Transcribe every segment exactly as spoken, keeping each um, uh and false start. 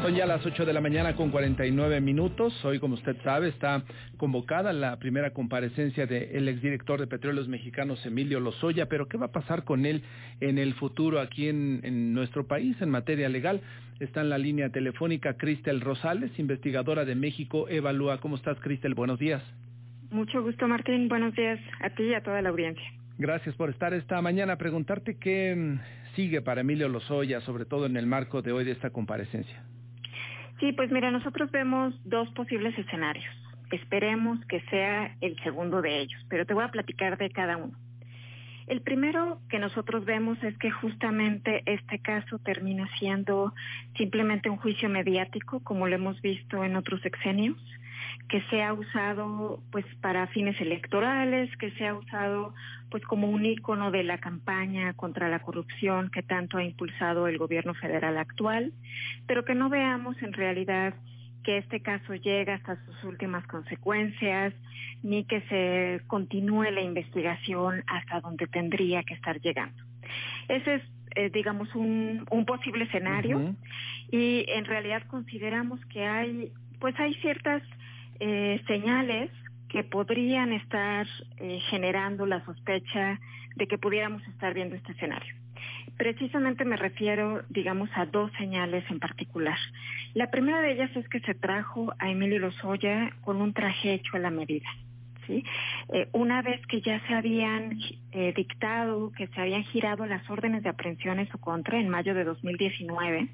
Son ya las ocho de la mañana con cuarenta y nueve minutos. Hoy, como usted sabe, está convocada la primera comparecencia del exdirector de Petróleos Mexicanos, Emilio Lozoya. Pero, ¿qué va a pasar con él en el futuro aquí en, en nuestro país en materia legal? Está en la línea telefónica Cristel Rosales, investigadora de México Evalúa. ¿Cómo estás, Cristel? Buenos días. Mucho gusto, Martín. Buenos días a ti y a toda la audiencia. Gracias por estar esta mañana. Preguntarte qué mmm, sigue para Emilio Lozoya, sobre todo en el marco de hoy de esta comparecencia. Sí, pues mira, nosotros vemos dos posibles escenarios. Esperemos que sea el segundo de ellos, pero te voy a platicar de cada uno. El primero que nosotros vemos es que justamente este caso termina siendo simplemente un juicio mediático, como lo hemos visto en otros sexenios, que se ha usado pues para fines electorales, que se ha usado pues como un ícono de la campaña contra la corrupción que tanto ha impulsado el gobierno federal actual, pero que no veamos en realidad que este caso llega hasta sus últimas consecuencias, ni que se continúe la investigación hasta donde tendría que estar llegando. Ese es, eh, digamos, un, un posible escenario, uh-huh. Y en realidad consideramos que hay, pues hay ciertas eh, señales que podrían estar eh, generando la sospecha de que pudiéramos estar viendo este escenario. Precisamente me refiero, digamos, a dos señales en particular. La primera de ellas es que se trajo a Emilio Lozoya con un traje hecho a la medida, ¿sí? Eh, una vez que ya se habían eh, dictado, que se habían girado las órdenes de aprehensión en su contra en mayo de dos mil diecinueve,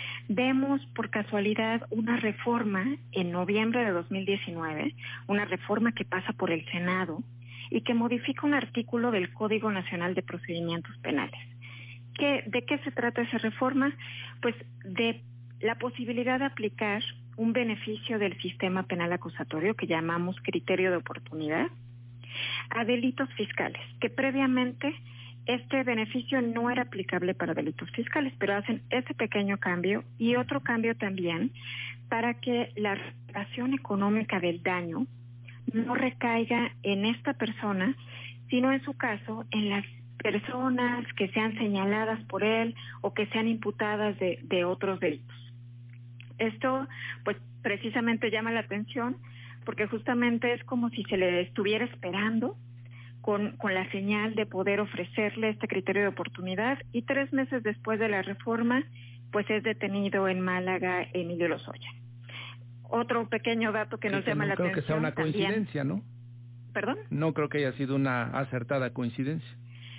vemos por casualidad una reforma en noviembre de dos mil diecinueve, una reforma que pasa por el Senado y que modifica un artículo del Código Nacional de Procedimientos Penales. ¿Qué, ¿De qué se trata esa reforma? Pues de la posibilidad de aplicar un beneficio del sistema penal acusatorio que llamamos criterio de oportunidad a delitos fiscales, que previamente este beneficio no era aplicable para delitos fiscales, pero hacen ese pequeño cambio y otro cambio también para que la reparación económica del daño no recaiga en esta persona, sino en su caso en las personas que sean señaladas por él o que sean imputadas de, de otros delitos. Esto, pues, precisamente llama la atención porque justamente es como si se le estuviera esperando con, con la señal de poder ofrecerle este criterio de oportunidad y tres meses después de la reforma, pues es detenido en Málaga Emilio Lozoya. Otro pequeño dato que sí, nos que llama no la creo atención que sea una coincidencia, también, ¿no? ¿Perdón? No creo que haya sido una acertada coincidencia.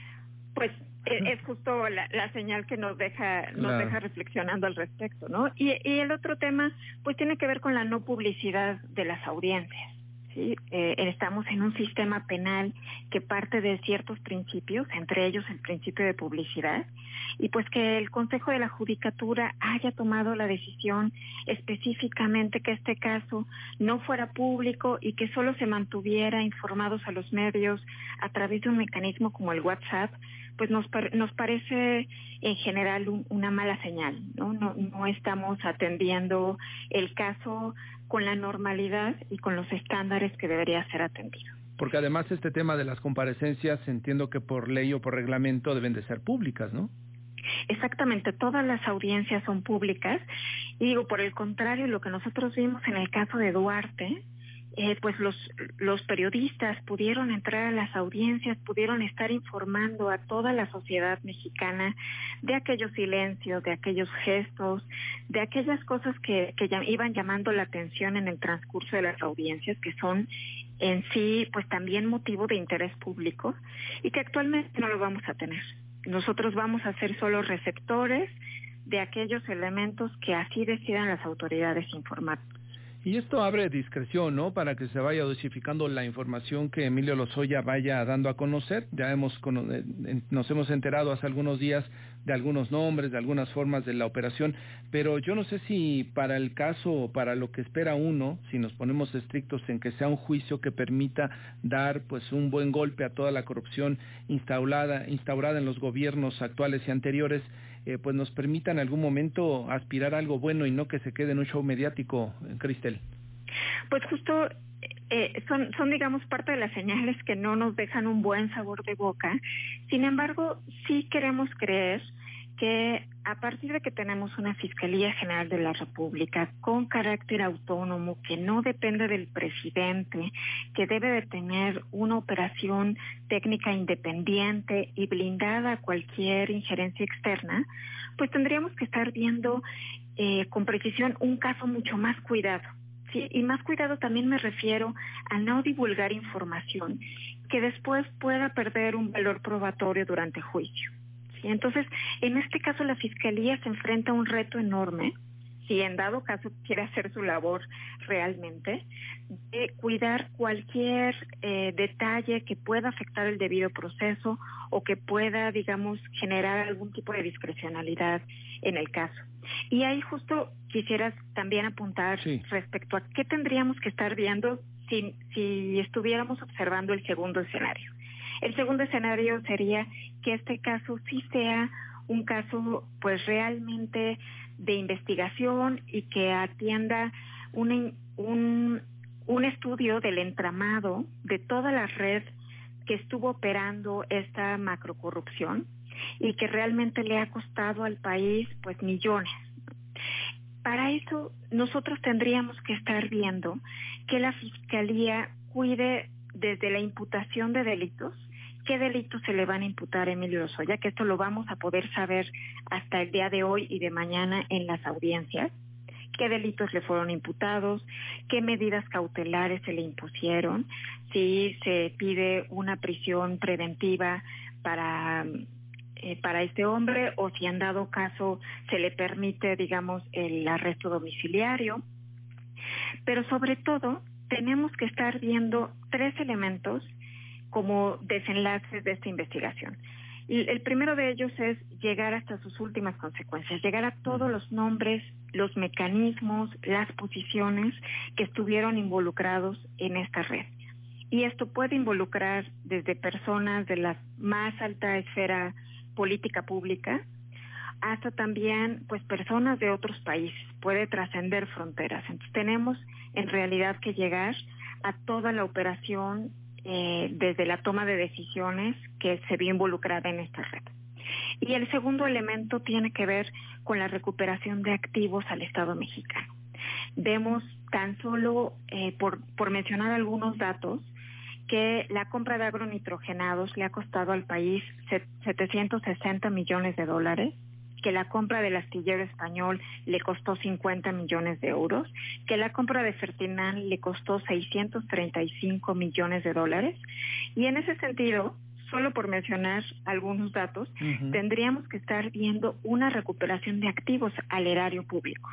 Pues es justo la, la señal que nos deja nos claro. deja reflexionando al respecto, ¿no? Y, y el otro tema, pues tiene que ver con la no publicidad de las audiencias, ¿sí? Eh, estamos en un sistema penal que parte de ciertos principios, entre ellos el principio de publicidad, y pues que el Consejo de la Judicatura haya tomado la decisión específicamente que este caso no fuera público y que solo se mantuviera informados a los medios a través de un mecanismo como el WhatsApp, pues nos nos parece en general un, una mala señal, ¿no? No, no estamos atendiendo el caso con la normalidad y con los estándares que debería ser atendido. Porque además este tema de las comparecencias entiendo que por ley o por reglamento deben de ser públicas, ¿no? Exactamente, todas las audiencias son públicas y digo, por el contrario, lo que nosotros vimos en el caso de Duarte, Eh, pues los los periodistas pudieron entrar a las audiencias, pudieron estar informando a toda la sociedad mexicana de aquellos silencios, de aquellos gestos, de aquellas cosas que, que ya iban llamando la atención en el transcurso de las audiencias, que son en sí pues también motivo de interés público y que actualmente no lo vamos a tener. Nosotros vamos a ser solo receptores de aquellos elementos que así decidan las autoridades informar. Y esto abre discreción, ¿no? Para que se vaya dosificando la información que Emilio Lozoya vaya dando a conocer. Ya hemos nos hemos enterado hace algunos días de algunos nombres, de algunas formas de la operación, pero yo no sé si para el caso o para lo que espera uno, si nos ponemos estrictos en que sea un juicio que permita dar pues un buen golpe a toda la corrupción instaurada, instaurada en los gobiernos actuales y anteriores, eh, pues nos permita en algún momento aspirar a algo bueno y no que se quede en un show mediático, Cristel. Pues justo eh, son, son, digamos, parte de las señales que no nos dejan un buen sabor de boca. Sin embargo, sí queremos creer que a partir de que tenemos una Fiscalía General de la República con carácter autónomo, que no depende del presidente, que debe de tener una operación técnica independiente y blindada a cualquier injerencia externa, pues tendríamos que estar viendo eh, con precisión un caso mucho más cuidado. ¿Sí? Y más cuidado también me refiero a no divulgar información que después pueda perder un valor probatorio durante juicio. ¿Sí? Entonces, en este caso la Fiscalía se enfrenta a un reto enorme, si en dado caso quiere hacer su labor realmente, de cuidar cualquier eh, detalle que pueda afectar el debido proceso o que pueda, digamos, generar algún tipo de discrecionalidad en el caso. Y ahí justo quisieras también apuntar sí. respecto a qué tendríamos que estar viendo si, si estuviéramos observando el segundo escenario. El segundo escenario sería que este caso sí sea un caso pues realmente de investigación y que atienda un, un, un estudio del entramado de toda la red que estuvo operando esta macrocorrupción y que realmente le ha costado al país pues millones. Para eso nosotros tendríamos que estar viendo que la Fiscalía cuide desde la imputación de delitos, qué delitos se le van a imputar a Emilio Lozoya, que esto lo vamos a poder saber hasta el día de hoy y de mañana en las audiencias, qué delitos le fueron imputados, qué medidas cautelares se le impusieron, si se pide una prisión preventiva para, eh, para este hombre o si en dado caso se le permite, digamos, el arresto domiciliario. Pero sobre todo tenemos que estar viendo tres elementos como desenlaces de esta investigación. El primero de ellos es llegar hasta sus últimas consecuencias, llegar a todos los nombres, los mecanismos, las posiciones que estuvieron involucrados en esta red. Y esto puede involucrar desde personas de la más alta esfera política pública hasta también pues personas de otros países, puede trascender fronteras. Entonces tenemos en realidad que llegar a toda la operación Eh, desde la toma de decisiones que se vio involucrada en esta red. Y el segundo elemento tiene que ver con la recuperación de activos al Estado mexicano. Vemos tan solo, eh, por, por mencionar algunos datos, que la compra de agronitrogenados le ha costado al país setecientos sesenta millones de dólares, que la compra del astillero español le costó cincuenta millones de euros, que la compra de Fertinal le costó seiscientos treinta y cinco millones de dólares. Y en ese sentido, solo por mencionar algunos datos, uh-huh. tendríamos que estar viendo una recuperación de activos al erario público.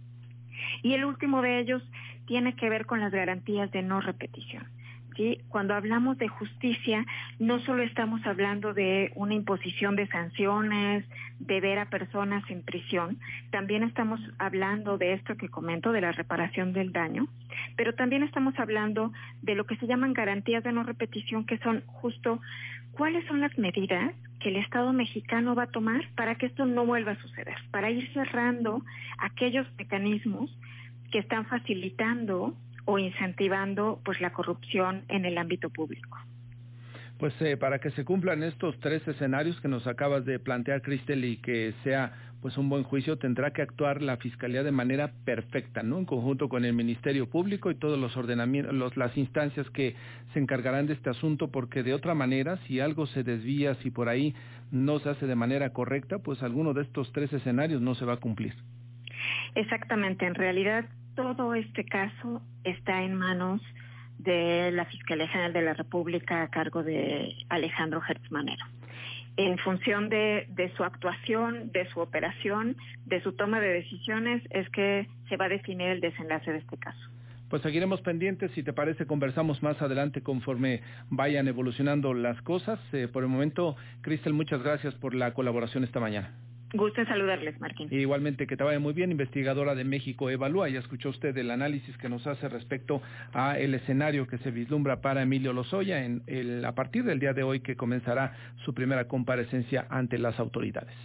Y el último de ellos tiene que ver con las garantías de no repetición. ¿Sí? Cuando hablamos de justicia, no solo estamos hablando de una imposición de sanciones, de ver a personas en prisión, también estamos hablando de esto que comento, de la reparación del daño, pero también estamos hablando de lo que se llaman garantías de no repetición, que son justo cuáles son las medidas que el Estado mexicano va a tomar para que esto no vuelva a suceder, para ir cerrando aquellos mecanismos que están facilitando o incentivando pues la corrupción en el ámbito público. Pues eh, para que se cumplan estos tres escenarios que nos acabas de plantear, Cristel, y que sea pues un buen juicio, tendrá que actuar la Fiscalía de manera perfecta, ¿no? En conjunto con el Ministerio Público y todos los ordenamientos, los, las instancias que se encargarán de este asunto, porque de otra manera, si algo se desvía, si por ahí no se hace de manera correcta, pues alguno de estos tres escenarios no se va a cumplir. Exactamente, en realidad todo este caso está en manos de la Fiscalía General de la República a cargo de Alejandro Gertz Manero. En función de, de su actuación, de su operación, de su toma de decisiones, es que se va a definir el desenlace de este caso. Pues seguiremos pendientes, si te parece, conversamos más adelante conforme vayan evolucionando las cosas. Eh, por el momento, Cristel, muchas gracias por la colaboración esta mañana. Gusto en saludarles, Martín. Y igualmente, que te vaya muy bien, investigadora de México Evalúa. Ya escuchó usted el análisis que nos hace respecto a el escenario que se vislumbra para Emilio Lozoya en el, a partir del día de hoy, que comenzará su primera comparecencia ante las autoridades.